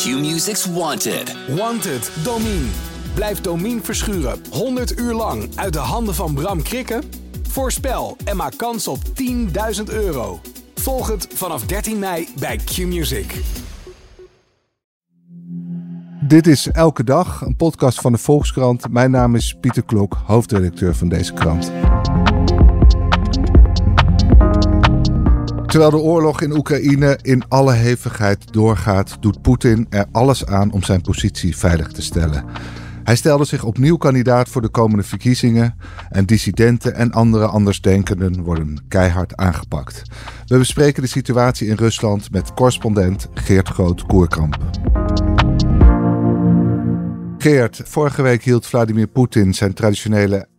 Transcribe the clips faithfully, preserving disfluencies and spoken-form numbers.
Q-Music's Wanted. Wanted, Domine. Blijf Domine verschuren honderd uur lang uit de handen van Bram Krikke? Voorspel en maak kans op tienduizend euro. Volg het vanaf dertien mei bij Q-Music. Dit is Elke Dag, een podcast van de Volkskrant. Mijn naam is Pieter Klok, hoofdredacteur van deze krant. Terwijl de oorlog in Oekraïne in alle hevigheid doorgaat, doet Poetin er alles aan om zijn positie veilig te stellen. Hij stelde zich opnieuw kandidaat voor de komende verkiezingen en dissidenten en andere andersdenkenden worden keihard aangepakt. We bespreken de situatie in Rusland met correspondent Geert Groot-Koerkamp. Geert, vorige week hield Vladimir Poetin zijn traditionele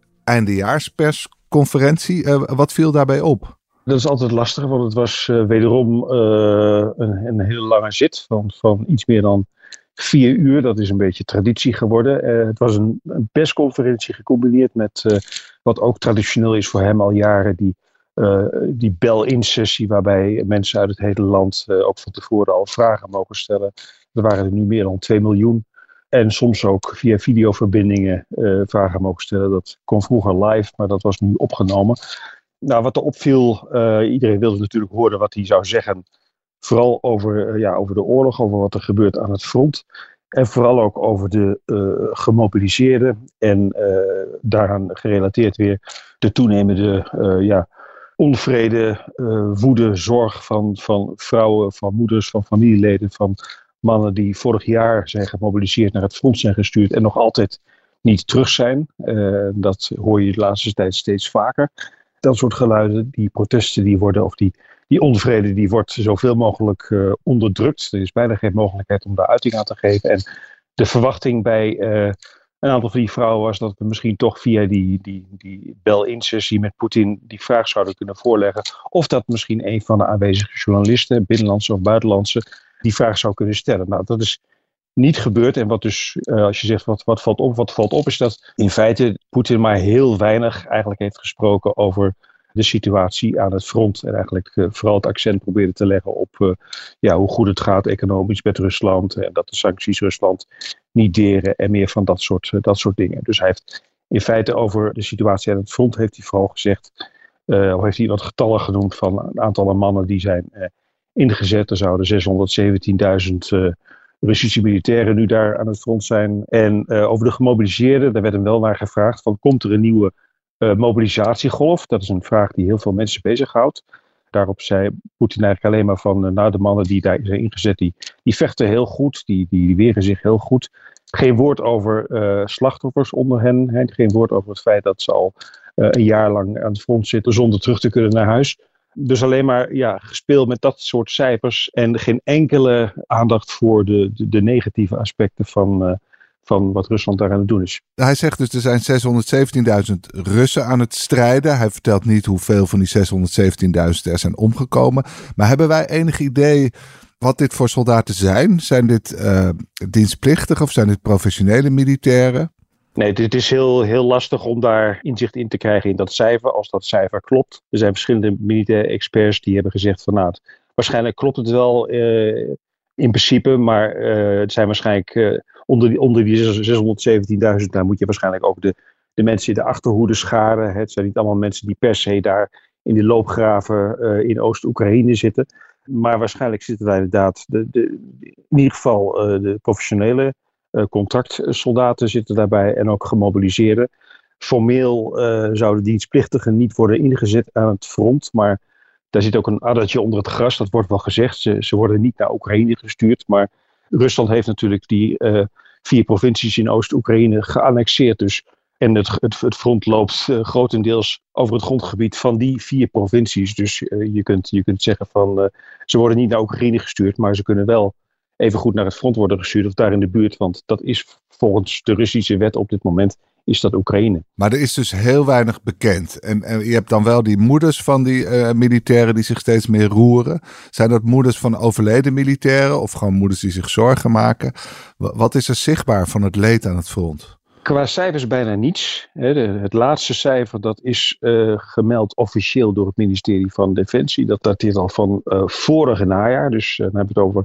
eindejaarspersconferentie. Uh, wat viel daarbij op? Dat is altijd lastig, want het was uh, wederom uh, een, een hele lange zit van, van iets meer dan vier uur. Dat is een beetje traditie geworden. Uh, het was een, een persconferentie gecombineerd met uh, wat ook traditioneel is voor hem al jaren, die, uh, die bell-in sessie waarbij mensen uit het hele land uh, ook van tevoren al vragen mogen stellen. Er waren er nu meer dan twee miljoen. En soms ook via videoverbindingen uh, vragen mogen stellen. Dat kon vroeger live, maar dat was nu opgenomen. Nou, wat er opviel, uh, iedereen wilde natuurlijk horen wat hij zou zeggen. Vooral over, uh, ja, over de oorlog, over wat er gebeurt aan het front. En vooral ook over de uh, gemobiliseerden. En uh, daaraan gerelateerd weer de toenemende uh, ja, onvrede, uh, woede, zorg van, van vrouwen, van moeders, van familieleden, van mannen die vorig jaar zijn gemobiliseerd, naar het front zijn gestuurd en nog altijd niet terug zijn. Uh, dat hoor je de laatste tijd steeds vaker. Dat soort geluiden, die protesten die worden, of die, die onvrede, die wordt zoveel mogelijk uh, onderdrukt. Er is bijna geen mogelijkheid om daar uiting aan te geven. En de verwachting bij uh, een aantal van die vrouwen was dat we misschien toch via die, die, die bell-in sessie met Poetin die vraag zouden kunnen voorleggen. Of dat misschien een van de aanwezige journalisten, binnenlandse of buitenlandse, die vraag zou kunnen stellen. Nou, dat is niet gebeurd. En wat dus, uh, als je zegt wat, wat valt op, wat valt op is dat in feite Poetin maar heel weinig eigenlijk heeft gesproken over de situatie aan het front. En eigenlijk uh, vooral het accent probeerde te leggen op uh, ja, hoe goed het gaat economisch met Rusland. En dat de sancties Rusland niet deren en meer van dat soort, uh, dat soort dingen. Dus hij heeft in feite over de situatie aan het front heeft hij vooral gezegd, uh, of heeft hij wat getallen genoemd van een aantal mannen die zijn uh, ingezet. Er zouden zeshonderdzeventienduizend uh, Russische militairen nu daar aan het front zijn. En uh, over de gemobiliseerden, daar werd hem wel naar gevraagd van, komt er een nieuwe uh, mobilisatiegolf? Dat is een vraag die heel veel mensen bezighoudt. Daarop zei Poetin eigenlijk alleen maar van, uh, nou de mannen die daar zijn ingezet, die, die vechten heel goed, die, die weren zich heel goed. Geen woord over uh, slachtoffers onder hen, hè? Geen woord over het feit dat ze al uh, een jaar lang aan het front zitten zonder terug te kunnen naar huis. Dus alleen maar ja, gespeeld met dat soort cijfers en geen enkele aandacht voor de, de, de negatieve aspecten van, uh, van wat Rusland daar aan het doen is. Hij zegt dus er zijn zeshonderdzeventienduizend Russen aan het strijden. Hij vertelt niet hoeveel van die zeshonderdzeventienduizend er zijn omgekomen. Maar hebben wij enig idee wat dit voor soldaten zijn? Zijn dit uh, dienstplichtig of zijn dit professionele militairen? Nee, het is heel, heel lastig om daar inzicht in te krijgen in dat cijfer, als dat cijfer klopt. Er zijn verschillende militaire experts die hebben gezegd van nou, waarschijnlijk klopt het wel uh, in principe, maar uh, het zijn waarschijnlijk uh, onder die, onder die zeshonderdzeventienduizend, daar moet je waarschijnlijk ook de, de mensen in de achterhoede scharen. Het zijn niet allemaal mensen die per se daar in de loopgraven uh, in Oost-Oekraïne zitten. Maar waarschijnlijk zitten daar inderdaad de, de, in ieder geval uh, de professionele Uh, contractsoldaten zitten daarbij en ook gemobiliseerden. Formeel uh, zouden dienstplichtigen niet worden ingezet aan het front, maar daar zit ook een addertje onder het gras, dat wordt wel gezegd. Ze, ze worden niet naar Oekraïne gestuurd, maar Rusland heeft natuurlijk die uh, vier provincies in Oost-Oekraïne geannexeerd. Dus, en het, het, het front loopt uh, grotendeels over het grondgebied van die vier provincies. Dus uh, je, kunt, je kunt zeggen van uh, ze worden niet naar Oekraïne gestuurd, maar ze kunnen wel even goed naar het front worden gestuurd of daar in de buurt. Want dat is volgens de Russische wet op dit moment, is dat Oekraïne. Maar er is dus heel weinig bekend. En, en je hebt dan wel die moeders van die uh, militairen die zich steeds meer roeren. Zijn dat moeders van overleden militairen of gewoon moeders die zich zorgen maken? W- wat is er zichtbaar van het leed aan het front? Qua cijfers bijna niets. Het laatste cijfer dat is uh, gemeld officieel door het ministerie van Defensie. Dat dateert al van uh, vorige najaar. Dus uh, dan hebben we het over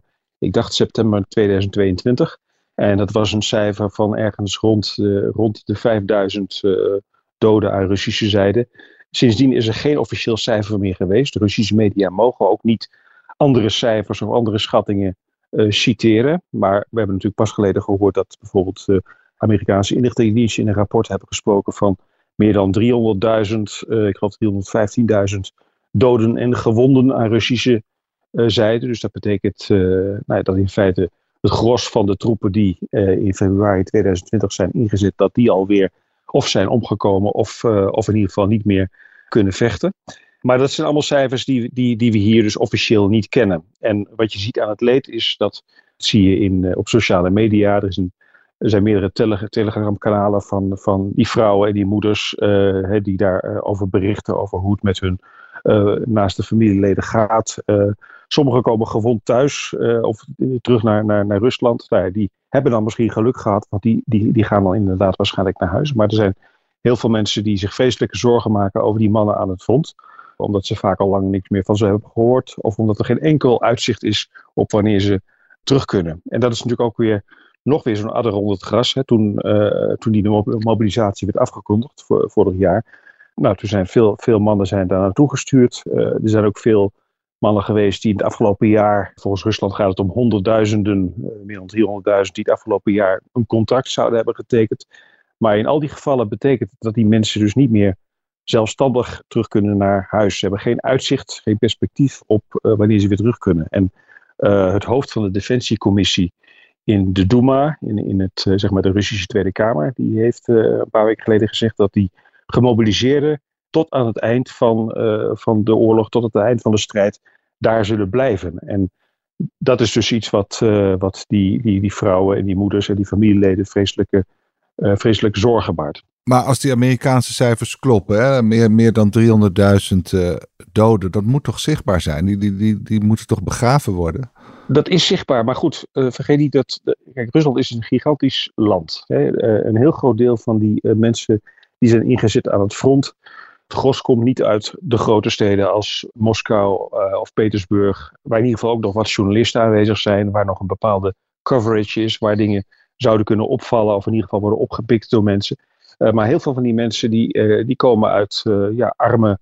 ik dacht september tweeduizend tweeëntwintig. En dat was een cijfer van ergens rond, uh, rond de vijfduizend uh, doden aan Russische zijde. Sindsdien is er geen officieel cijfer meer geweest. De Russische media mogen ook niet andere cijfers of andere schattingen uh, citeren. Maar we hebben natuurlijk pas geleden gehoord dat bijvoorbeeld de Amerikaanse inlichtingendiensten in een rapport hebben gesproken van meer dan driehonderdduizend, uh, ik geloof driehonderdvijftienduizend doden en gewonden aan Russische uh, zijde. Dus dat betekent uh, nou ja, dat in feite het gros van de troepen die uh, in februari tweeduizend twintig zijn ingezet, dat die alweer of zijn omgekomen of, uh, of in ieder geval niet meer kunnen vechten. Maar dat zijn allemaal cijfers die, die, die we hier dus officieel niet kennen. En wat je ziet aan het leed is, dat zie je in, uh, op sociale media. Er, is een, er zijn meerdere tele- telegramkanalen van, van die vrouwen en die moeders uh, he, die daarover uh, berichten, over hoe het met hun uh, naaste familieleden gaat. Uh, sommigen komen gewond thuis uh, of terug naar, naar, naar Rusland. Nou ja, die hebben dan misschien geluk gehad, want die, die, die gaan dan inderdaad waarschijnlijk naar huis. Maar er zijn heel veel mensen die zich vreselijke zorgen maken over die mannen aan het front. Omdat ze vaak al lang niks meer van ze hebben gehoord. Of omdat er geen enkel uitzicht is op wanneer ze terug kunnen. En dat is natuurlijk ook weer nog weer zo'n adder onder het gras. Hè, toen, uh, toen die mobilisatie werd afgekondigd voor, vorig jaar. Nou, toen zijn veel, veel mannen zijn daar naartoe gestuurd. Uh, er zijn ook veel mannen geweest die in het afgelopen jaar, volgens Rusland gaat het om honderdduizenden, uh, meer dan driehonderdduizend, die het afgelopen jaar een contract zouden hebben getekend. Maar in al die gevallen betekent het dat die mensen dus niet meer zelfstandig terug kunnen naar huis. Ze hebben geen uitzicht, geen perspectief op uh, wanneer ze weer terug kunnen. En uh, het hoofd van de Defensiecommissie in de Duma, in, in het, uh, zeg maar de Russische Tweede Kamer, die heeft uh, een paar weken geleden gezegd dat die gemobiliseerden tot aan het eind van, uh, van de oorlog, tot het eind van de strijd, daar zullen blijven. En dat is dus iets wat, uh, wat die, die, die vrouwen en die moeders en die familieleden vreselijke, uh, vreselijke zorgen baart. Maar als die Amerikaanse cijfers kloppen, hè, meer, meer dan driehonderdduizend uh, doden, dat moet toch zichtbaar zijn? Die, die, die, die moeten toch begraven worden? Dat is zichtbaar, maar goed, uh, vergeet niet dat, uh, kijk, Rusland is een gigantisch land. Hè. Uh, een heel groot deel van die uh, mensen die zijn ingezet aan het front, het gros komt niet uit de grote steden als Moskou uh, of Petersburg, waar in ieder geval ook nog wat journalisten aanwezig zijn, waar nog een bepaalde coverage is, waar dingen zouden kunnen opvallen of in ieder geval worden opgepikt door mensen. Uh, maar heel veel van die mensen die, uh, die komen uit uh, ja, arme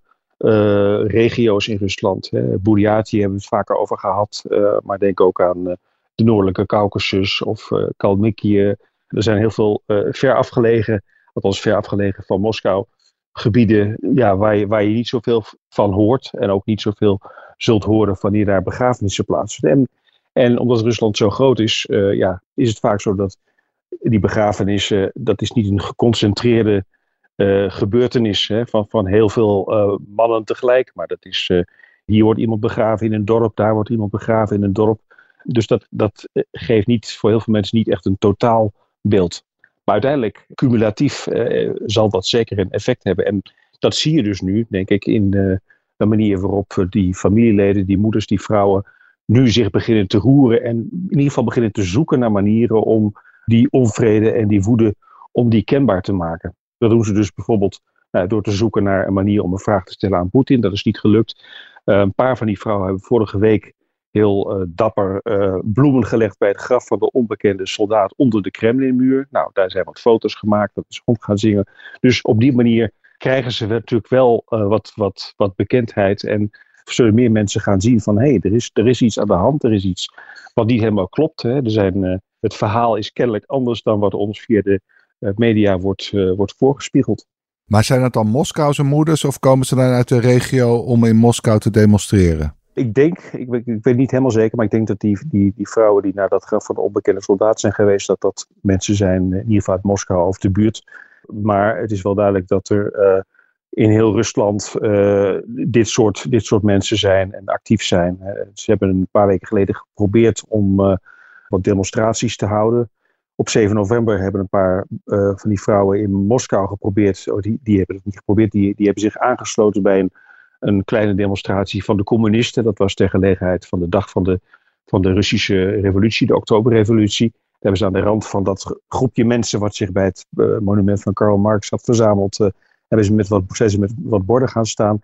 uh, regio's in Rusland. Burjatië hebben we het vaker over gehad. Uh, maar denk ook aan uh, de noordelijke Caucasus of uh, Kalmykië. Er zijn heel veel uh, ver afgelegen, althans ver afgelegen van Moskou, gebieden ja, waar, je, waar je niet zoveel van hoort. En ook niet zoveel zult horen wanneer daar begrafenissen plaatsvinden. En, en omdat Rusland zo groot is, uh, ja, is het vaak zo dat die begrafenissen, dat is niet een geconcentreerde uh, gebeurtenis hè, van, van heel veel uh, mannen tegelijk. Maar dat is, uh, hier wordt iemand begraven in een dorp, daar wordt iemand begraven in een dorp. Dus dat, dat geeft niet, voor heel veel mensen niet echt een totaal beeld. Maar uiteindelijk, cumulatief, uh, zal dat zeker een effect hebben. En dat zie je dus nu, denk ik, in uh, de manier waarop die familieleden, die moeders, die vrouwen, nu zich beginnen te roeren en in ieder geval beginnen te zoeken naar manieren om die onvrede en die woede, om die kenbaar te maken. Dat doen ze dus bijvoorbeeld nou, door te zoeken naar een manier om een vraag te stellen aan Poetin. Dat is niet gelukt. Uh, een paar van die vrouwen hebben vorige week heel uh, dapper uh, bloemen gelegd bij het graf van de onbekende soldaat onder de Kremlinmuur. Nou, daar zijn wat foto's gemaakt, dat is rond gaan zingen. Dus op die manier krijgen ze natuurlijk wel uh, wat, wat, wat bekendheid en zullen meer mensen gaan zien van hé, hey, er, is, er is iets aan de hand, er is iets wat niet helemaal klopt. Hè. Er zijn, uh, het verhaal is kennelijk anders dan wat ons via de uh, media wordt, uh, wordt voorgespiegeld. Maar zijn het dan Moskouse moeders of komen ze dan uit de regio om in Moskou te demonstreren? Ik denk, ik weet, ik weet niet helemaal zeker, maar ik denk dat die, die, die vrouwen die naar dat graf van de onbekende soldaat zijn geweest, dat dat mensen zijn, in ieder geval uit Moskou of de buurt. Maar het is wel duidelijk dat er uh, in heel Rusland uh, dit, soort, dit soort mensen zijn en actief zijn. Uh, ze hebben een paar weken geleden geprobeerd om uh, wat demonstraties te houden. Op zeven november hebben een paar uh, van die vrouwen in Moskou geprobeerd, oh, die, die hebben het niet geprobeerd, die, die hebben zich aangesloten bij een Een kleine demonstratie van de communisten. Dat was ter gelegenheid van de dag van de, van de Russische revolutie, de Oktoberrevolutie. Daar hebben ze aan de rand van dat groepje mensen wat zich bij het uh, monument van Karl Marx had verzameld, uh, hebben ze met wat, zijn ze met wat borden gaan staan.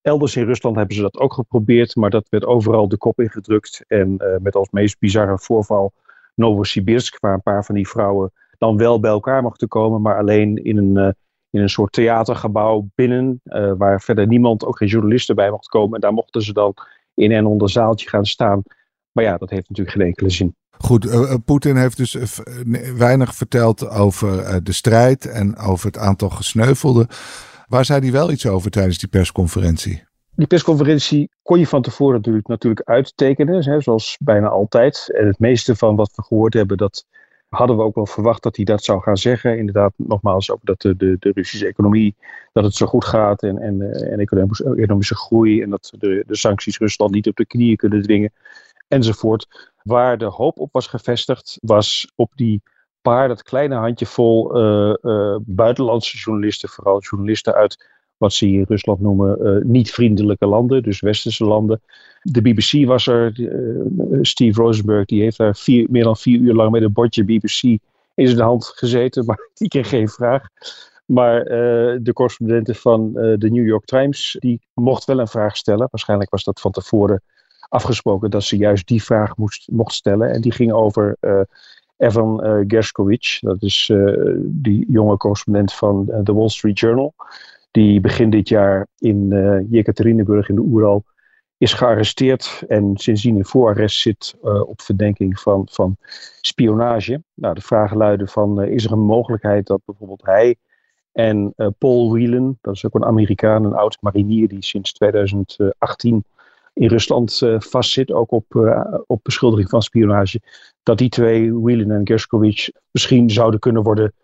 Elders in Rusland hebben ze dat ook geprobeerd, maar dat werd overal de kop ingedrukt. En uh, met als meest bizarre voorval Novosibirsk, waar een paar van die vrouwen dan wel bij elkaar mochten komen, maar alleen in een, uh, in een soort theatergebouw binnen, uh, waar verder niemand, ook geen journalisten bij mocht komen. En daar mochten ze dan in een onder zaaltje gaan staan. Maar ja, dat heeft natuurlijk geen enkele zin. Goed, uh, Poetin heeft dus uh, weinig verteld over uh, de strijd en over het aantal gesneuvelden. Waar zei hij wel iets over tijdens die persconferentie? Die persconferentie kon je van tevoren natuurlijk, natuurlijk uittekenen, hè, zoals bijna altijd. En het meeste van wat we gehoord hebben, dat hadden we ook wel verwacht dat hij dat zou gaan zeggen. Inderdaad, nogmaals, ook dat de, de, de Russische economie, dat het zo goed gaat en, en, en economische, economische groei en dat de, de sancties Rusland niet op de knieën kunnen dwingen enzovoort. Waar de hoop op was gevestigd, was op die paar, dat kleine handjevol uh, uh, buitenlandse journalisten, vooral journalisten uit wat ze hier in Rusland noemen uh, niet-vriendelijke landen, dus westerse landen. De B B C was er, uh, Steve Rosenberg, die heeft daar vier, meer dan vier uur lang met een bordje B B C in zijn hand gezeten, maar die kreeg geen vraag. Maar uh, de correspondenten van uh, de New York Times, die mocht wel een vraag stellen. Waarschijnlijk was dat van tevoren afgesproken dat ze juist die vraag moest, mocht stellen. En die ging over uh, Evan uh, Gershkovich, dat is uh, die jonge correspondent van uh, The Wall Street Journal, die begin dit jaar in uh, Jekaterinburg in de Oeral is gearresteerd en sindsdien in voorarrest zit uh, op verdenking van, van spionage. Nou, de vragen luiden van, uh, is er een mogelijkheid dat bijvoorbeeld hij en uh, Paul Whelan, dat is ook een Amerikaan, een oud marinier die sinds tweeduizend achttien in Rusland uh, vastzit, ook op, uh, op beschuldiging van spionage, dat die twee, Whelan en Gershkovich, misschien zouden kunnen worden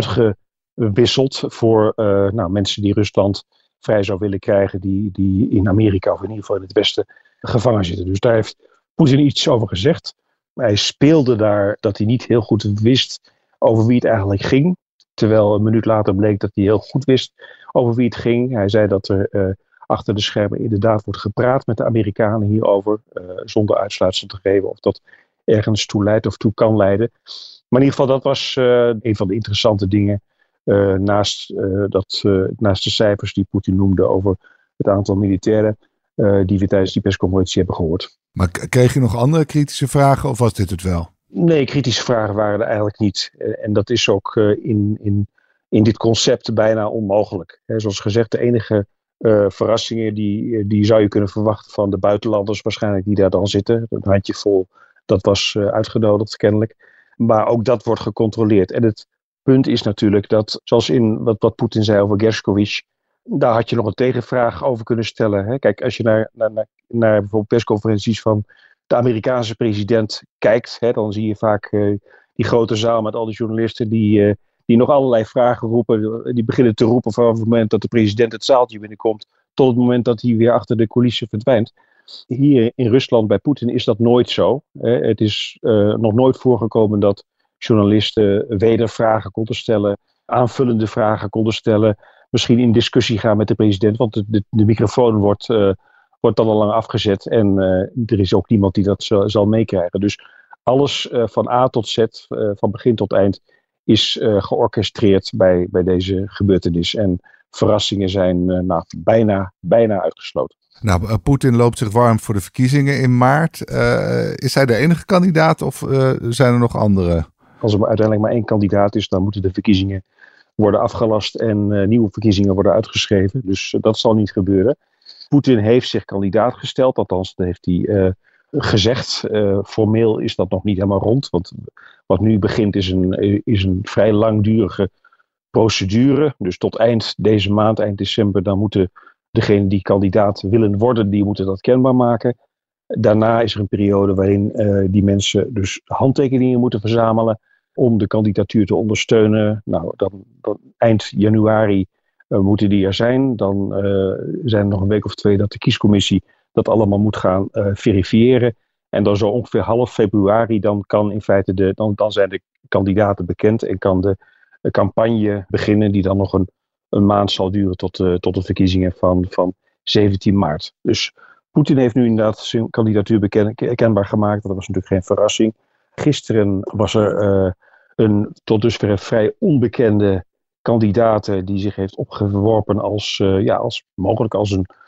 uitgewisseld voor uh, nou, mensen die Rusland vrij zou willen krijgen, die, die in Amerika of in ieder geval in het Westen gevangen zitten. Dus daar heeft Poetin iets over gezegd. Hij speelde daar dat hij niet heel goed wist over wie het eigenlijk ging. Terwijl een minuut later bleek dat hij heel goed wist over wie het ging. Hij zei dat er uh, achter de schermen inderdaad wordt gepraat met de Amerikanen hierover, uh, zonder uitsluitsel te geven of dat ergens toe leidt of toe kan leiden. Maar in ieder geval, dat was uh, een van de interessante dingen. Uh, naast, uh, dat, uh, naast de cijfers die Poetin noemde over het aantal militairen uh, die we tijdens die persconferentie hebben gehoord. Maar k- kreeg je nog andere kritische vragen of was dit het wel? Nee, kritische vragen waren er eigenlijk niet. Uh, en dat is ook uh, in, in, in dit concept bijna onmogelijk. He, zoals gezegd, de enige uh, verrassingen die, die zou je kunnen verwachten van de buitenlanders waarschijnlijk die daar dan zitten. Een handjevol, dat was uh, uitgenodigd kennelijk. Maar ook dat wordt gecontroleerd. En het punt is natuurlijk dat, zoals in wat, wat Poetin zei over Gershkovich, daar had je nog een tegenvraag over kunnen stellen. Hè? Kijk, als je naar, naar, naar, naar bijvoorbeeld persconferenties van de Amerikaanse president kijkt, hè, dan zie je vaak uh, die grote zaal met al die journalisten die, uh, die nog allerlei vragen roepen. Die beginnen te roepen vanaf het moment dat de president het zaaltje binnenkomt, tot het moment dat hij weer achter de coulissen verdwijnt. Hier in Rusland bij Poetin is dat nooit zo. Hè? Het is uh, nog nooit voorgekomen dat journalisten wedervragen konden stellen, aanvullende vragen konden stellen, misschien in discussie gaan met de president, want de, de, de microfoon wordt, uh, wordt dan al lang afgezet en uh, er is ook niemand die dat zo, zal meekrijgen. Dus alles uh, van A tot Z, uh, van begin tot eind, is uh, georchestreerd bij, bij deze gebeurtenis. En verrassingen zijn uh, nou, bijna, bijna uitgesloten. Nou, Poetin loopt zich warm voor de verkiezingen in maart. Uh, is hij de enige kandidaat of uh, zijn er nog andere? Als er maar uiteindelijk maar één kandidaat is, dan moeten de verkiezingen worden afgelast en uh, nieuwe verkiezingen worden uitgeschreven. Dus uh, dat zal niet gebeuren. Poetin heeft zich kandidaat gesteld, althans dat heeft hij uh, gezegd. Uh, formeel is dat nog niet helemaal rond, want wat nu begint is een, is een vrij langdurige procedure. Dus tot eind deze maand, eind december, dan moeten degenen die kandidaat willen worden, die moeten dat kenbaar maken. Daarna is er een periode waarin uh, die mensen dus handtekeningen moeten verzamelen om de kandidatuur te ondersteunen. Nou, dan, dan eind januari uh, moeten die er zijn. Dan uh, zijn er nog een week of twee dat de kiescommissie dat allemaal moet gaan uh, verifiëren. En dan zo ongeveer half februari, dan, kan in feite de, dan, dan zijn de kandidaten bekend en kan de, de campagne beginnen die dan nog een, een maand zal duren tot, uh, tot de verkiezingen van, van zeventien maart. Dus Poetin heeft nu inderdaad zijn kandidatuur beken, kenbaar gemaakt. Dat was natuurlijk geen verrassing. Gisteren was er uh, een tot dusver vrij onbekende kandidaat die zich heeft opgeworpen als, uh, ja, als mogelijk als een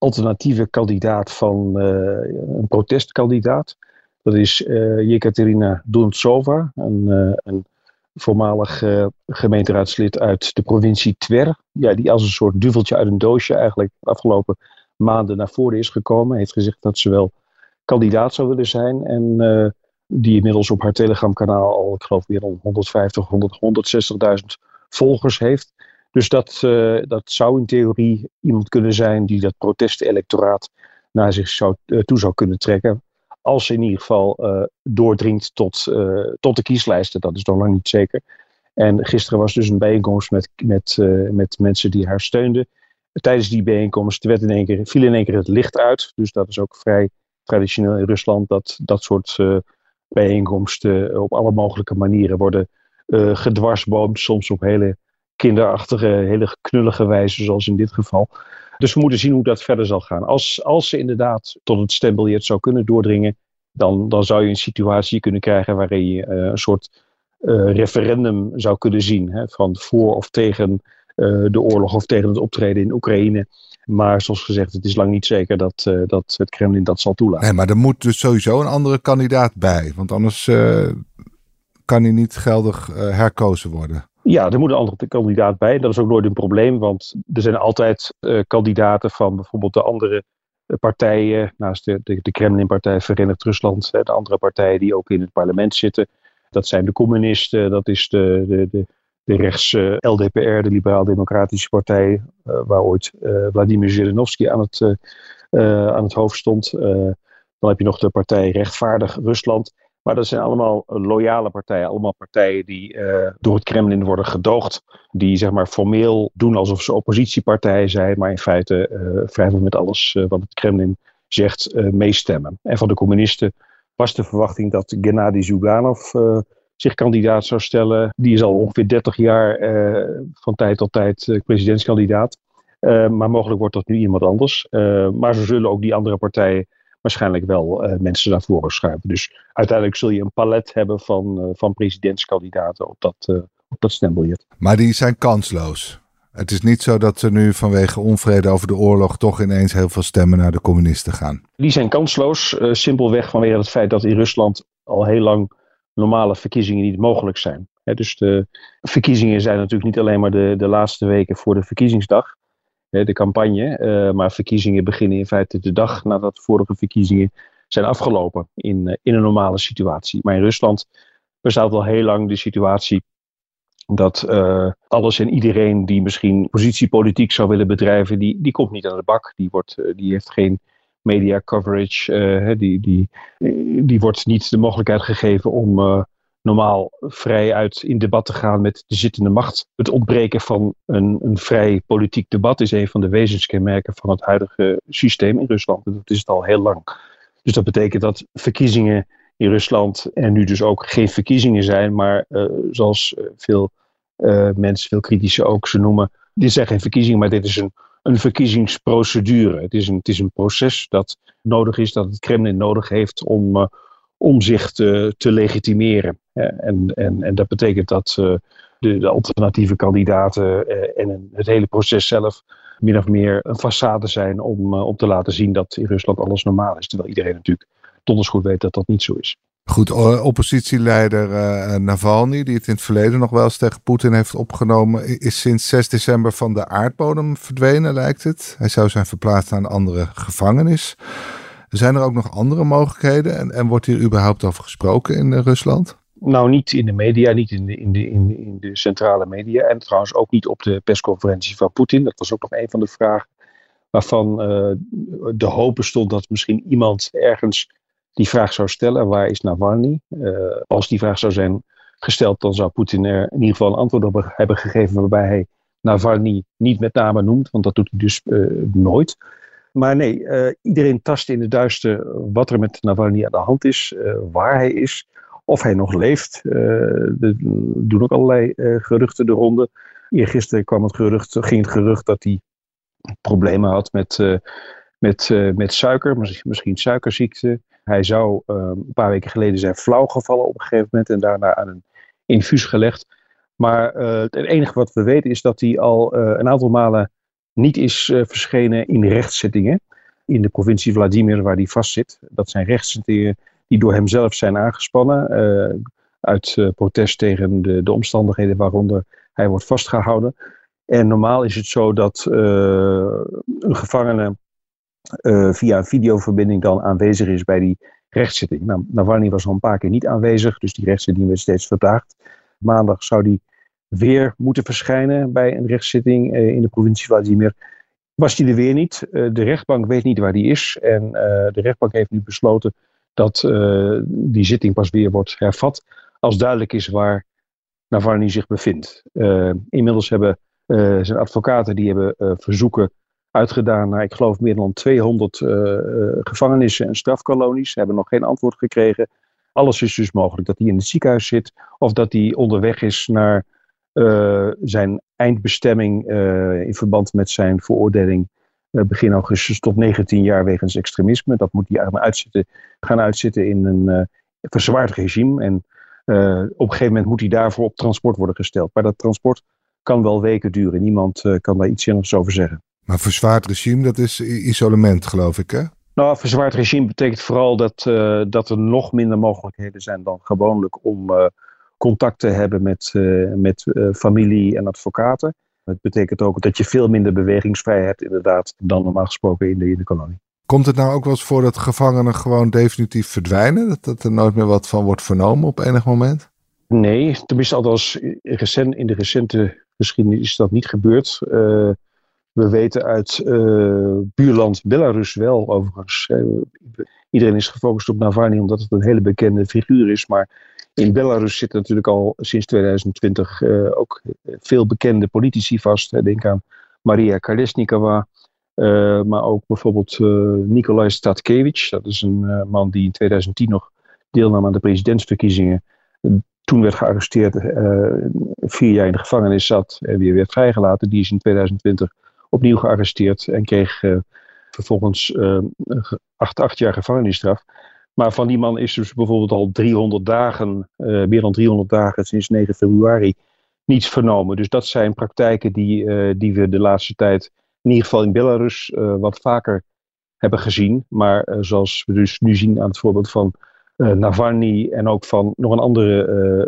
alternatieve kandidaat van uh, een protestkandidaat. Dat is uh, Jekaterina Dontsova, een, uh, een voormalig uh, gemeenteraadslid uit de provincie Tver. Ja, die als een soort duveltje uit een doosje eigenlijk de afgelopen maanden naar voren is gekomen. Heeft gezegd dat ze wel kandidaat zou willen zijn. En uh, die inmiddels op haar Telegram-kanaal al, ik geloof, weer al honderdvijftig, honderd, honderdzestigduizend volgers heeft. Dus dat, uh, dat zou in theorie iemand kunnen zijn die dat protestelectoraat naar zich zou, uh, toe zou kunnen trekken. Als ze in ieder geval uh, doordringt tot, uh, tot de kieslijsten. Dat is nog lang niet zeker. En gisteren was dus een bijeenkomst met, met, uh, met mensen die haar steunden. Tijdens die bijeenkomst werd in één keer, viel in één keer het licht uit. Dus dat is ook vrij traditioneel in Rusland. Dat dat soort uh, bijeenkomsten op alle mogelijke manieren worden uh, gedwarsboomd. Soms op hele kinderachtige, hele knullige wijze, zoals in dit geval. Dus we moeten zien hoe dat verder zal gaan. Als, als ze inderdaad tot het stembiljet zou kunnen doordringen, dan, dan zou je een situatie kunnen krijgen waarin je uh, een soort uh, referendum zou kunnen zien. Hè, van voor of tegen uh, de oorlog of tegen het optreden in Oekraïne. Maar zoals gezegd, het is lang niet zeker dat, uh, dat het Kremlin dat zal toelaten. Nee, maar er moet dus sowieso een andere kandidaat bij. Want anders uh, kan hij niet geldig uh, herkozen worden. Ja, er moet een andere kandidaat bij. Dat is ook nooit een probleem, want er zijn altijd uh, kandidaten van bijvoorbeeld de andere partijen, naast de, de, de Kremlin-partij Verenigd Rusland, hè, de andere partijen die ook in het parlement zitten. Dat zijn de communisten, dat is de, de, de, de rechts uh, L D P R, de Liberaal-Democratische Partij, uh, waar ooit uh, Vladimir Zhirinovsky aan het, uh, uh, aan het hoofd stond. Uh, dan heb je nog de partij Rechtvaardig Rusland. Maar dat zijn allemaal loyale partijen. Allemaal partijen die uh, door het Kremlin worden gedoogd. Die zeg maar formeel doen alsof ze oppositiepartijen zijn. Maar in feite uh, vrijwel met alles uh, wat het Kremlin zegt uh, meestemmen. En van de communisten was de verwachting dat Gennady Zyuganov uh, zich kandidaat zou stellen. Die is al ongeveer dertig jaar uh, van tijd tot tijd uh, presidentskandidaat. Uh, maar mogelijk wordt dat nu iemand anders. Uh, maar zo zullen ook die andere partijen waarschijnlijk wel uh, mensen naar voren schuiven. Dus uiteindelijk zul je een palet hebben van, uh, van presidentskandidaten op dat, uh, op dat stembiljet. Maar die zijn kansloos. Het is niet zo dat er nu vanwege onvrede over de oorlog toch ineens heel veel stemmen naar de communisten gaan. Die zijn kansloos, uh, simpelweg vanwege het feit dat in Rusland al heel lang normale verkiezingen niet mogelijk zijn. He, dus de verkiezingen zijn natuurlijk niet alleen maar de, de laatste weken voor de verkiezingsdag. De campagne, uh, maar verkiezingen beginnen in feite de dag nadat de vorige verkiezingen zijn afgelopen in, uh, in een normale situatie. Maar in Rusland bestaat al heel lang de situatie dat uh, alles en iedereen die misschien positiepolitiek zou willen bedrijven, die, die komt niet aan de bak. Die, wordt, uh, die heeft geen media coverage, uh, die, die, uh, die wordt niet de mogelijkheid gegeven om uh, normaal vrij uit in debat te gaan met de zittende macht. Het ontbreken van een, een vrij politiek debat is een van de wezenskenmerken van het huidige systeem in Rusland. Dat is het al heel lang. Dus dat betekent dat verkiezingen in Rusland en nu dus ook geen verkiezingen zijn, maar uh, zoals veel uh, mensen, veel critici ook ze noemen, dit zijn geen verkiezingen, maar dit is een, een verkiezingsprocedure. Het is een, het is een proces dat nodig is, dat het Kremlin nodig heeft om, uh, om zich te, te legitimeren. Ja, en, en, en dat betekent dat uh, de, de alternatieve kandidaten uh, en een, het hele proces zelf min of meer een façade zijn om, uh, om te laten zien dat in Rusland alles normaal is. Terwijl iedereen natuurlijk donders goed weet dat dat niet zo is. Goed, oppositieleider uh, Navalny, die het in het verleden nog wel eens tegen Poetin heeft opgenomen, is sinds zes december van de aardbodem verdwenen, lijkt het. Hij zou zijn verplaatst naar een andere gevangenis. Zijn er ook nog andere mogelijkheden en, en wordt hier überhaupt over gesproken in uh, Rusland? Nou, niet in de media, niet in de, in, de, in, de, in de centrale media en trouwens ook niet op de persconferentie van Poetin. Dat was ook nog een van de vragen waarvan uh, de hoop bestond dat misschien iemand ergens die vraag zou stellen. Waar is Navalny? Uh, als die vraag zou zijn gesteld, dan zou Poetin er in ieder geval een antwoord op hebben gegeven waarbij hij Navalny niet met name noemt, want dat doet hij dus uh, nooit. Maar nee, uh, iedereen tast in het duister wat er met Navalny aan de hand is, uh, waar hij is, of hij nog leeft. Uh, er doen ook allerlei uh, geruchten de ronde. Eergisteren kwam het gerucht, ging het gerucht dat hij problemen had met, uh, met, uh, met suiker, misschien suikerziekte. Hij zou uh, een paar weken geleden zijn flauw gevallen op een gegeven moment en daarna aan een infuus gelegd. Maar uh, het enige wat we weten is dat hij al uh, een aantal malen niet is uh, verschenen in rechtszittingen. in de provincie Vladimir waar hij vastzit. Dat zijn rechtszittingen die door hemzelf zijn aangespannen. Uh, uit uh, protest tegen de, de omstandigheden waaronder hij wordt vastgehouden. En normaal is het zo dat uh, een gevangene uh, via een videoverbinding dan aanwezig is bij die rechtszitting. Nou, Navalny was al een paar keer niet aanwezig, dus die rechtszitting werd steeds verdaagd. Maandag zou hij weer moeten verschijnen bij een rechtszitting uh, in de provincie Vladimir. Was hij er weer niet. Uh, de rechtbank weet niet waar die is. En uh, de rechtbank heeft nu besloten dat uh, die zitting pas weer wordt hervat als duidelijk is waar Navalny zich bevindt. Uh, inmiddels hebben uh, zijn advocaten die hebben uh, verzoeken uitgedaan naar, ik geloof, meer dan tweehonderd uh, uh, gevangenissen en strafkolonies. Ze hebben nog geen antwoord gekregen. Alles is dus mogelijk dat hij in het ziekenhuis zit of dat hij onderweg is naar uh, zijn eindbestemming uh, in verband met zijn veroordeling uh, begin augustus tot negentien jaar wegens extremisme. Dat moet hij gaan uitzitten, gaan uitzitten in een uh, verzwaard regime. En uh, op een gegeven moment moet hij daarvoor op transport worden gesteld. Maar dat transport kan wel weken duren. Niemand uh, kan daar iets zinnigs over zeggen. Maar verzwaard regime, dat is isolement, geloof ik, hè? Nou, verzwaard regime betekent vooral dat, uh, dat er nog minder mogelijkheden zijn dan gewoonlijk om uh, contact te hebben met, uh, met uh, familie en advocaten. Het betekent ook dat je veel minder bewegingsvrijheid hebt inderdaad dan normaal gesproken in de, in de kolonie. Komt het nou ook wel eens voor dat gevangenen gewoon definitief verdwijnen? Dat, dat er nooit meer wat van wordt vernomen op enig moment? Nee, tenminste althans recent, in de recente geschiedenis is dat niet gebeurd. Uh, we weten uit uh, buurland Belarus wel overigens. Uh, iedereen is gefocust op Navalny omdat het een hele bekende figuur is. Maar in Belarus zitten natuurlijk al sinds tweeduizend twintig uh, ook veel bekende politici vast. Denk aan Maria Kolesnikova. Uh, maar ook bijvoorbeeld uh, Nikolai Statkevich. Dat is een uh, man die in tweeduizend tien nog deelnam aan de presidentsverkiezingen. Uh, toen werd gearresteerd, uh, vier jaar in de gevangenis zat en weer werd vrijgelaten. Die is in tweeduizend twintig opnieuw gearresteerd en kreeg uh, vervolgens uh, acht, acht jaar gevangenisstraf. Maar van die man is dus bijvoorbeeld al driehonderd dagen, uh, meer dan driehonderd dagen sinds negen februari, niets vernomen. Dus dat zijn praktijken die, uh, die we de laatste tijd in ieder geval in Belarus uh, wat vaker hebben gezien. Maar uh, zoals we dus nu zien aan het voorbeeld van uh, Navalny en ook van nog een andere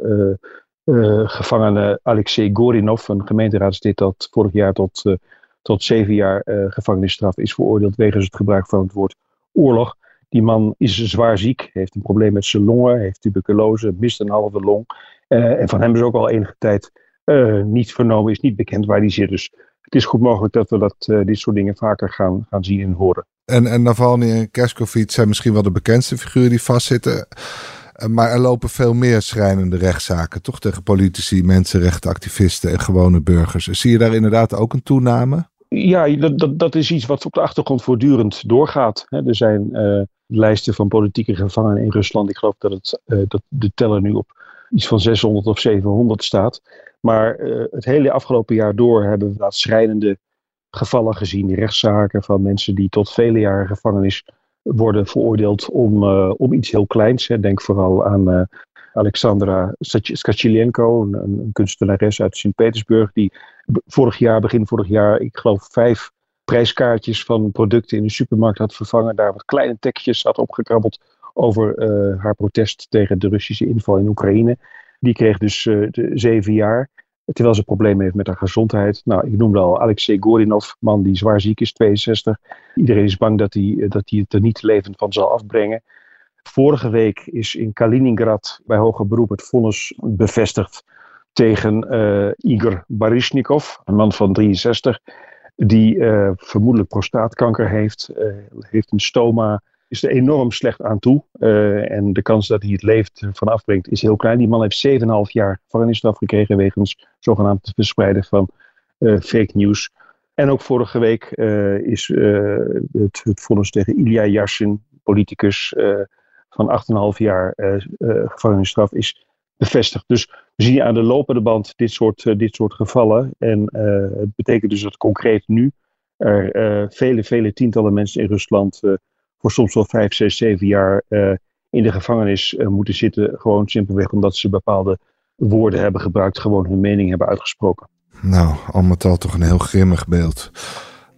uh, uh, uh, gevangene, Alexei Gorinov, een gemeenteraadslid dat vorig jaar tot, uh, tot zeven jaar uh, gevangenisstraf is veroordeeld wegens het gebruik van het woord oorlog. Die man is zwaar ziek, heeft een probleem met zijn longen, heeft tuberculose, mist een halve long. Uh, en van hem is ook al enige tijd uh, niet vernomen, is niet bekend waar hij zit. Dus het is goed mogelijk dat we dat, uh, dit soort dingen vaker gaan, gaan zien en horen. En, en Navalny en Kerskovich zijn misschien wel de bekendste figuren die vastzitten. Maar er lopen veel meer schrijnende rechtszaken, toch? Tegen politici, mensenrechtenactivisten en gewone burgers. Zie je daar inderdaad ook een toename? Ja, dat, dat, dat is iets wat op de achtergrond voortdurend doorgaat. Hè. Er zijn uh, lijsten van politieke gevangenen in Rusland. Ik geloof dat, het, uh, dat de teller nu op iets van zeshonderd of zevenhonderd staat. Maar uh, het hele afgelopen jaar door hebben we dat schrijnende gevallen gezien. Die rechtszaken van mensen die tot vele jaren gevangenis worden veroordeeld om, uh, om iets heel kleins. Hè. Denk vooral aan uh, Alexandra Skachilenko, een, een kunstenares uit Sint-Petersburg, die vorig jaar, begin vorig jaar, ik geloof vijf prijskaartjes van producten in de supermarkt had vervangen. Daar wat kleine tekstjes had opgekrabbeld over uh, haar protest tegen de Russische inval in Oekraïne. Die kreeg dus uh, de zeven jaar, terwijl ze problemen heeft met haar gezondheid. Nou, ik noemde al Alexei Gorinov, man die zwaar ziek is, tweeënzestig. Iedereen is bang dat hij, dat hij het er niet levend van zal afbrengen. Vorige week is in Kaliningrad bij hoger beroep het vonnis bevestigd tegen uh, Igor Baryshnikov, een man van drieënzestig, die uh, vermoedelijk prostaatkanker heeft, uh, heeft een stoma, is er enorm slecht aan toe. Uh, en de kans dat hij het leven van afbrengt is heel klein. Die man heeft zeven komma vijf jaar gevangenisstraf gekregen wegens zogenaamd verspreiden van uh, fake news. En ook vorige week uh, is uh, het, het vonnis tegen Ilya Yashin, politicus, uh, van acht komma vijf jaar uh, uh, gevangenisstraf is bevestigd. Dus we zien aan de lopende band dit soort, uh, dit soort gevallen. En uh, het betekent dus dat concreet nu er uh, vele, vele tientallen mensen in Rusland uh, voor soms wel vijf, zes, zeven jaar uh, in de gevangenis uh, moeten zitten. Gewoon simpelweg omdat ze bepaalde woorden hebben gebruikt, gewoon hun mening hebben uitgesproken. Nou, al met al toch een heel grimmig beeld.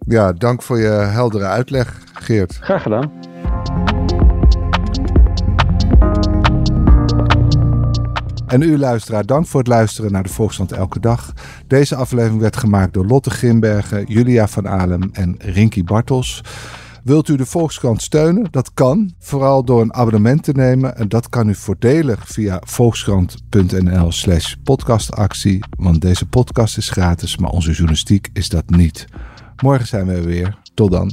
Ja, dank voor je heldere uitleg, Geert. Graag gedaan. En u luisteraar, dank voor het luisteren naar de Volkskrant Elke Dag. Deze aflevering werd gemaakt door Lotte Grimbergen, Julia van Alem en Rinky Bartels. Wilt u de Volkskrant steunen? Dat kan, vooral door een abonnement te nemen. En dat kan u voordelig via volkskrant.nl slash podcastactie. Want deze podcast is gratis, maar onze journalistiek is dat niet. Morgen zijn we er weer. Tot dan.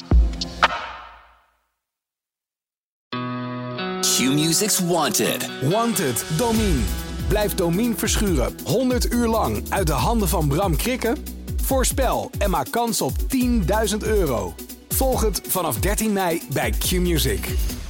Q-Music's Wanted. Wanted, Domine. Blijf Domine verschuren honderd uur lang uit de handen van Bram Krikke? Voorspel en maak kans op tienduizend euro. Volg het vanaf dertien mei bij Q-Music.